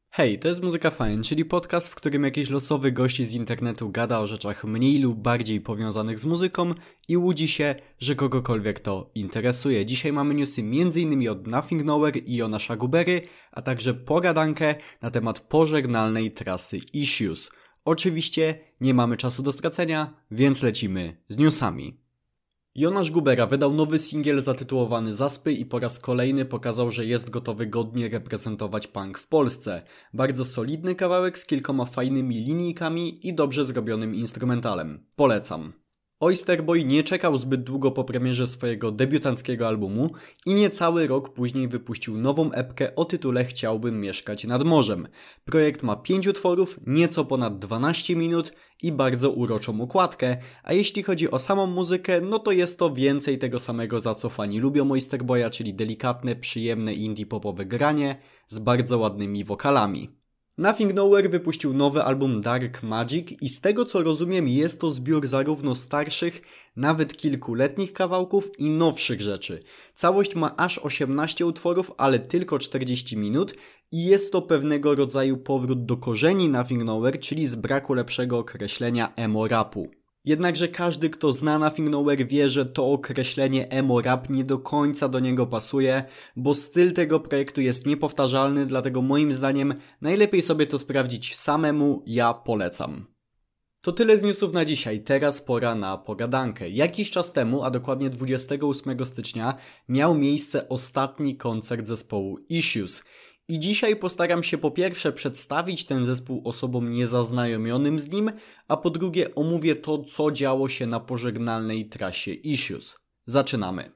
Hej, to jest Muzyka Fajn, czyli podcast, w którym jakiś losowy gość z internetu gada o rzeczach mniej lub bardziej powiązanych z muzyką i łudzi się, że kogokolwiek to interesuje. Dzisiaj mamy newsy m.in. od Nothing Nowhere i Jona Szagubery, a także pogadankę na temat pożegnalnej trasy Issues. Oczywiście nie mamy czasu do stracenia, więc lecimy z newsami. Jonasz Gubera wydał nowy singiel zatytułowany Zaspy i po raz kolejny pokazał, że jest gotowy godnie reprezentować punk w Polsce. Bardzo solidny kawałek z kilkoma fajnymi linijkami i dobrze zrobionym instrumentalem. Polecam. Oysterboy nie czekał zbyt długo po premierze swojego debiutanckiego albumu i niecały rok później wypuścił nową epkę o tytule Chciałbym mieszkać nad morzem. Projekt ma 5 utworów, nieco ponad 12 minut i bardzo uroczą okładkę, a jeśli chodzi o samą muzykę, no to jest to więcej tego samego, za co fani lubią Oysterboya, czyli delikatne, przyjemne indie popowe granie z bardzo ładnymi wokalami. Nothing Nowhere wypuścił nowy album Dark Magic i z tego co rozumiem jest to zbiór zarówno starszych, nawet kilkuletnich kawałków i nowszych rzeczy. Całość ma aż 18 utworów, ale tylko 40 minut i jest to pewnego rodzaju powrót do korzeni Nothing Nowhere, czyli z braku lepszego określenia emo rapu. Jednakże każdy, kto zna Nothing Nowhere, wie, że to określenie emo rap nie do końca do niego pasuje, bo styl tego projektu jest niepowtarzalny, dlatego moim zdaniem najlepiej sobie to sprawdzić samemu, ja polecam. To tyle z newsów na dzisiaj, teraz pora na pogadankę. Jakiś czas temu, a dokładnie 28 stycznia, miał miejsce ostatni koncert zespołu Issues. I dzisiaj postaram się po pierwsze przedstawić ten zespół osobom niezaznajomionym z nim, a po drugie omówię to, co działo się na pożegnalnej trasie Issues. Zaczynamy.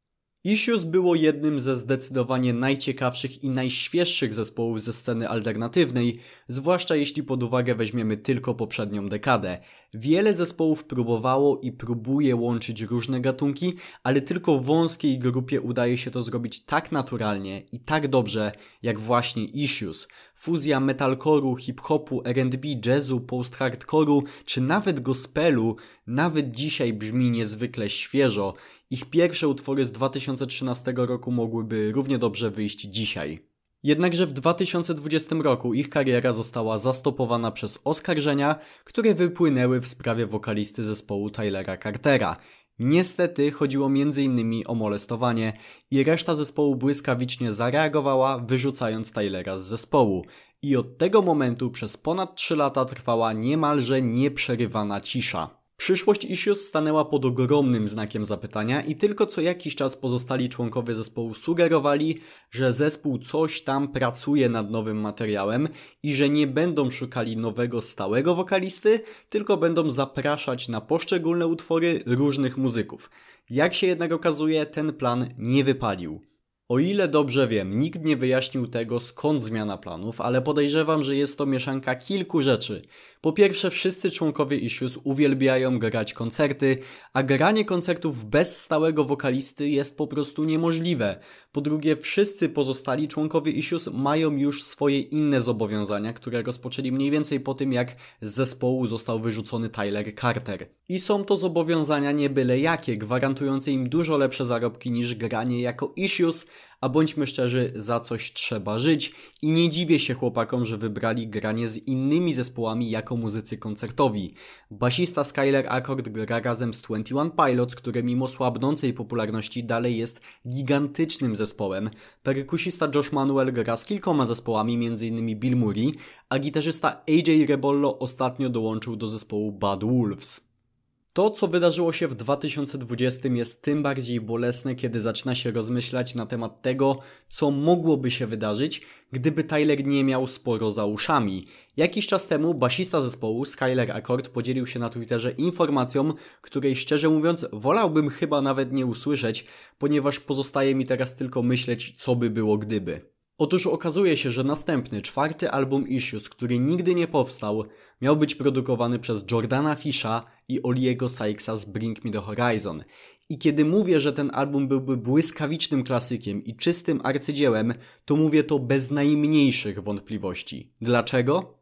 Issues było jednym ze zdecydowanie najciekawszych i najświeższych zespołów ze sceny alternatywnej, zwłaszcza jeśli pod uwagę weźmiemy tylko poprzednią dekadę. Wiele zespołów próbowało i próbuje łączyć różne gatunki, ale tylko wąskiej grupie udaje się to zrobić tak naturalnie i tak dobrze, jak właśnie Issues. Fuzja metalcore'u, hip-hopu, R&B, jazzu, post-hardcore'u czy nawet gospelu nawet dzisiaj brzmi niezwykle świeżo. Ich pierwsze utwory z 2013 roku mogłyby równie dobrze wyjść dzisiaj. Jednakże w 2020 roku ich kariera została zastopowana przez oskarżenia, które wypłynęły w sprawie wokalisty zespołu Tylera Cartera. Niestety chodziło m.in. o molestowanie i reszta zespołu błyskawicznie zareagowała, wyrzucając Tylera z zespołu. I od tego momentu przez ponad 3 lata trwała niemalże nieprzerywana cisza. Przyszłość Issues stanęła pod ogromnym znakiem zapytania i tylko co jakiś czas pozostali członkowie zespołu sugerowali, że zespół coś tam pracuje nad nowym materiałem i że nie będą szukali nowego stałego wokalisty, tylko będą zapraszać na poszczególne utwory różnych muzyków. Jak się jednak okazuje, ten plan nie wypalił. O ile dobrze wiem, nikt nie wyjaśnił tego, skąd zmiana planów, ale podejrzewam, że jest to mieszanka kilku rzeczy. Po pierwsze, wszyscy członkowie Issues uwielbiają grać koncerty, a granie koncertów bez stałego wokalisty jest po prostu niemożliwe. Po drugie, wszyscy pozostali członkowie Issues mają już swoje inne zobowiązania, które rozpoczęli mniej więcej po tym, jak z zespołu został wyrzucony Tyler Carter. I są to zobowiązania nie byle jakie, gwarantujące im dużo lepsze zarobki niż granie jako Issues, a bądźmy szczerzy, za coś trzeba żyć i nie dziwię się chłopakom, że wybrali granie z innymi zespołami jako muzycy koncertowi. Basista Skylar Accord gra razem z 21 Pilots, które mimo słabnącej popularności dalej jest gigantycznym zespołem. Perkusista Josh Manuel gra z kilkoma zespołami, m.in. Bill Murray, a gitarzysta AJ Rebollo ostatnio dołączył do zespołu Bad Wolves. To, co wydarzyło się w 2020 jest tym bardziej bolesne, kiedy zaczyna się rozmyślać na temat tego, co mogłoby się wydarzyć, gdyby Tyler nie miał sporo za uszami. Jakiś czas temu basista zespołu Skylar Accord podzielił się na Twitterze informacją, której szczerze mówiąc wolałbym chyba nawet nie usłyszeć, ponieważ pozostaje mi teraz tylko myśleć, co by było gdyby. Otóż okazuje się, że następny, 4. album Issues, który nigdy nie powstał, miał być produkowany przez Jordana Fisha i Oliego Sykesa z Bring Me The Horizon. I kiedy mówię, że ten album byłby błyskawicznym klasykiem i czystym arcydziełem, to mówię to bez najmniejszych wątpliwości. Dlaczego?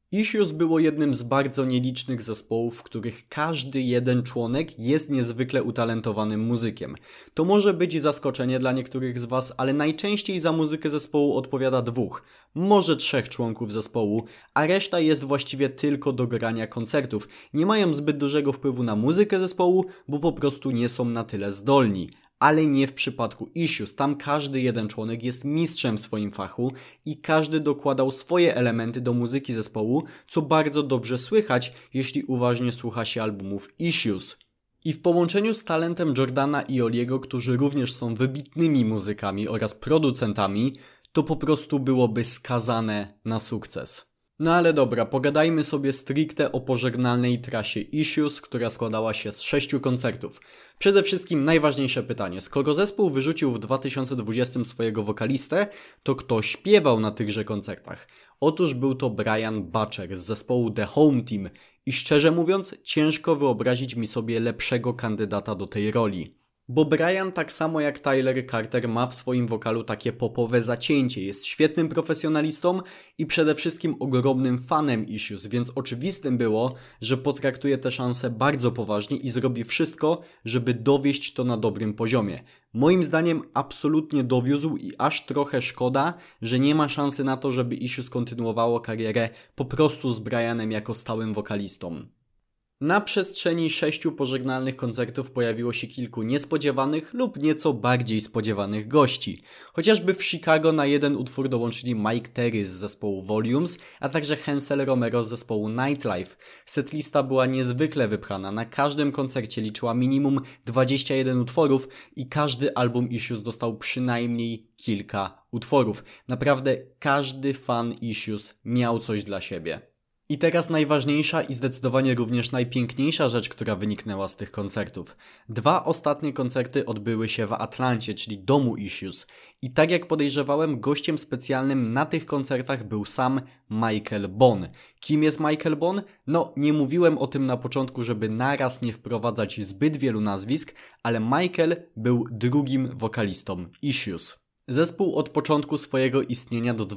Issues było jednym z bardzo nielicznych zespołów, w których każdy jeden członek jest niezwykle utalentowanym muzykiem. To może być zaskoczenie dla niektórych z Was, ale najczęściej za muzykę zespołu odpowiada 2, może 3 członków zespołu, a reszta jest właściwie tylko do grania koncertów. Nie mają zbyt dużego wpływu na muzykę zespołu, bo po prostu nie są na tyle zdolni. Ale nie w przypadku Issues. Tam każdy jeden członek jest mistrzem w swoim fachu i każdy dokładał swoje elementy do muzyki zespołu, co bardzo dobrze słychać, jeśli uważnie słucha się albumów Issues. I w połączeniu z talentem Jordana i Oliego, którzy również są wybitnymi muzykami oraz producentami, to po prostu byłoby skazane na sukces. No ale dobra, pogadajmy sobie stricte o pożegnalnej trasie Issues, która składała się z 6 koncertów. Przede wszystkim najważniejsze pytanie, skoro zespół wyrzucił w 2020 swojego wokalistę, to kto śpiewał na tychże koncertach? Otóż był to Brian Butcher z zespołu The Home Team i szczerze mówiąc ciężko wyobrazić mi sobie lepszego kandydata do tej roli. Bo Brian, tak samo jak Tyler Carter, ma w swoim wokalu takie popowe zacięcie, jest świetnym profesjonalistą i przede wszystkim ogromnym fanem Issues, więc oczywistym było, że potraktuje tę szansę bardzo poważnie i zrobi wszystko, żeby dowieść to na dobrym poziomie. Moim zdaniem absolutnie dowiózł i aż trochę szkoda, że nie ma szansy na to, żeby Issues kontynuowało karierę po prostu z Brianem jako stałym wokalistą. Na przestrzeni 6 pożegnalnych koncertów pojawiło się kilku niespodziewanych lub nieco bardziej spodziewanych gości. Chociażby w Chicago na jeden utwór dołączyli Mike Terry z zespołu Volumes, a także Hensel Romero z zespołu Nightlife. Setlista była niezwykle wypchana, na każdym koncercie liczyła minimum 21 utworów i każdy album Issues dostał przynajmniej kilka utworów. Naprawdę każdy fan Issues miał coś dla siebie. I teraz najważniejsza i zdecydowanie również najpiękniejsza rzecz, która wyniknęła z tych koncertów. 2 ostatnie koncerty odbyły się w Atlancie, czyli domu Issues. I tak jak podejrzewałem, gościem specjalnym na tych koncertach był sam Michael Bon. Kim jest Michael Bon? No, nie mówiłem o tym na początku, żeby naraz nie wprowadzać zbyt wielu nazwisk, ale Michael był drugim wokalistą Issues. Zespół od początku swojego istnienia do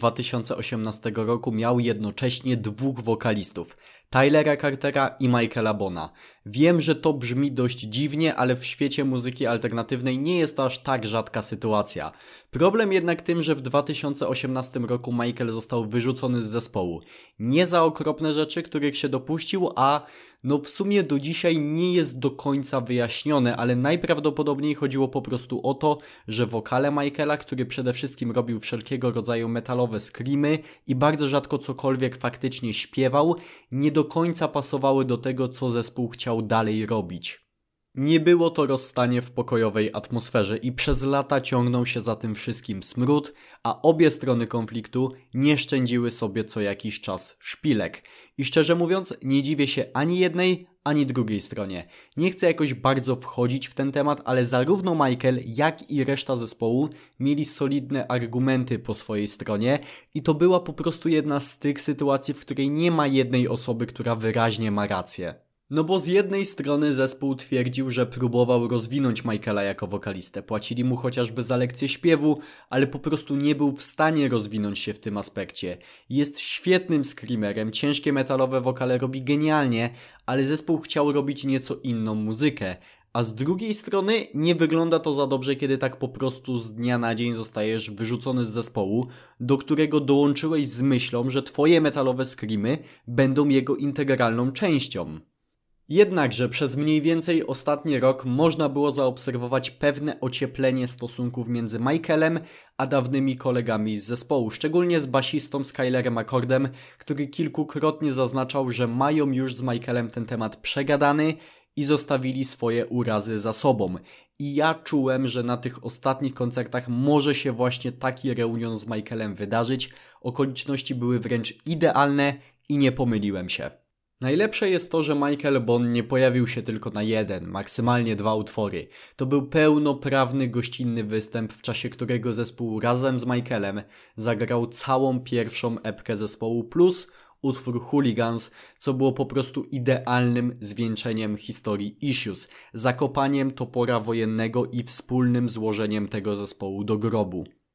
2018 roku miał jednocześnie 2 wokalistów, Tylera Cartera i Michaela Bona. Wiem, że to brzmi dość dziwnie, ale w świecie muzyki alternatywnej nie jest to aż tak rzadka sytuacja. Problem jednak tym, że w 2018 roku Michael został wyrzucony z zespołu. Nie za okropne rzeczy, których się dopuścił, a w sumie do dzisiaj nie jest do końca wyjaśnione, ale najprawdopodobniej chodziło po prostu o to, że wokale Michaela, który przede wszystkim robił wszelkiego rodzaju metalowe screamy i bardzo rzadko cokolwiek faktycznie śpiewał, nie do końca pasowały do tego, co zespół chciał dalej robić. Nie było to rozstanie w pokojowej atmosferze i przez lata ciągnął się za tym wszystkim smród, a obie strony konfliktu nie szczędziły sobie co jakiś czas szpilek. I szczerze mówiąc, nie dziwię się ani jednej, ani drugiej stronie. Nie chcę jakoś bardzo wchodzić w ten temat, ale zarówno Michael, jak i reszta zespołu mieli solidne argumenty po swojej stronie i to była po prostu jedna z tych sytuacji, w której nie ma jednej osoby, która wyraźnie ma rację. No bo z jednej strony zespół twierdził, że próbował rozwinąć Michaela jako wokalistę, płacili mu chociażby za lekcję śpiewu, ale po prostu nie był w stanie rozwinąć się w tym aspekcie. Jest świetnym screamerem, ciężkie metalowe wokale robi genialnie, ale zespół chciał robić nieco inną muzykę. A z drugiej strony nie wygląda to za dobrze, kiedy tak po prostu z dnia na dzień zostajesz wyrzucony z zespołu, do którego dołączyłeś z myślą, że twoje metalowe screamy będą jego integralną częścią. Jednakże przez mniej więcej ostatni rok można było zaobserwować pewne ocieplenie stosunków między Michaelem a dawnymi kolegami z zespołu, szczególnie z basistą Skylerem Accordem, który kilkukrotnie zaznaczał, że mają już z Michaelem ten temat przegadany i zostawili swoje urazy za sobą. I ja czułem, że na tych ostatnich koncertach może się właśnie taki reunion z Michaelem wydarzyć. Okoliczności były wręcz idealne i nie pomyliłem się. Najlepsze jest to, że Michael Bon nie pojawił się tylko na 1, maksymalnie 2 utwory. To był pełnoprawny gościnny występ, w czasie którego zespół razem z Michaelem zagrał całą pierwszą epkę zespołu plus utwór Hooligans, co było po prostu idealnym zwieńczeniem historii Issues, zakopaniem topora wojennego i wspólnym złożeniem tego zespołu do grobu.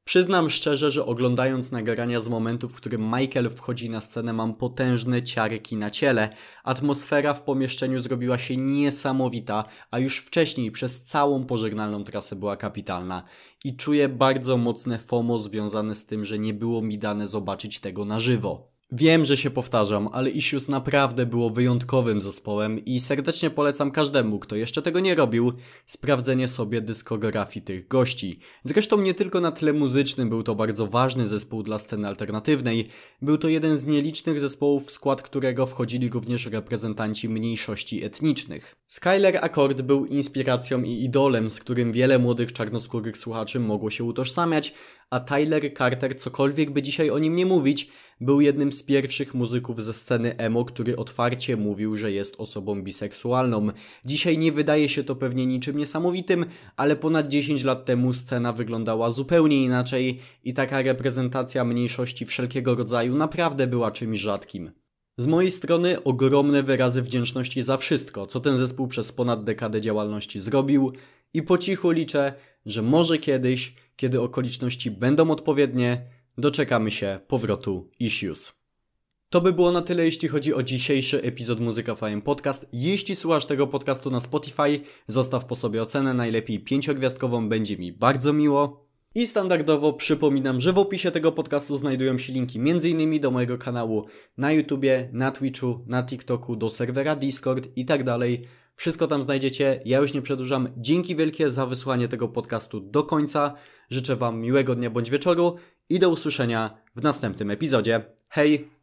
Przyznam szczerze, że oglądając nagrania z momentu, w którym Michael wchodzi na scenę, mam potężne ciarki na ciele. Atmosfera w pomieszczeniu zrobiła się niesamowita, a już wcześniej przez całą pożegnalną trasę była kapitalna. I czuję bardzo mocne FOMO związane z tym, że nie było mi dane zobaczyć tego na żywo. Wiem, że się powtarzam, ale Issues naprawdę było wyjątkowym zespołem i serdecznie polecam każdemu, kto jeszcze tego nie robił, sprawdzenie sobie dyskografii tych gości. Zresztą nie tylko na tle muzycznym był to bardzo ważny zespół dla sceny alternatywnej, był to jeden z nielicznych zespołów, w skład którego wchodzili również reprezentanci mniejszości etnicznych. Skylar Accord był inspiracją i idolem, z którym wiele młodych czarnoskórych słuchaczy mogło się utożsamiać, a Tyler Carter, cokolwiek by dzisiaj o nim nie mówić, był jednym z pierwszych muzyków ze sceny emo, który otwarcie mówił, że jest osobą biseksualną. Dzisiaj nie wydaje się to pewnie niczym niesamowitym, ale ponad 10 lat temu scena wyglądała zupełnie inaczej i taka reprezentacja mniejszości wszelkiego rodzaju naprawdę była czymś rzadkim. Z mojej strony ogromne wyrazy wdzięczności za wszystko, co ten zespół przez ponad dekadę działalności zrobił i po cichu liczę, że może kiedyś, kiedy okoliczności będą odpowiednie, doczekamy się powrotu Issues. To by było na tyle, jeśli chodzi o dzisiejszy epizod Muzyka Fajem Podcast. Jeśli słuchasz tego podcastu na Spotify, zostaw po sobie ocenę, najlepiej 5-gwiazdkową, będzie mi bardzo miło. I standardowo przypominam, że w opisie tego podcastu znajdują się linki m.in. do mojego kanału na YouTubie, na Twitchu, na TikToku, do serwera Discord i tak dalej. Wszystko tam znajdziecie, ja już nie przedłużam. Dzięki wielkie za wysłuchanie tego podcastu do końca. Życzę Wam miłego dnia bądź wieczoru i do usłyszenia w następnym epizodzie. Hej!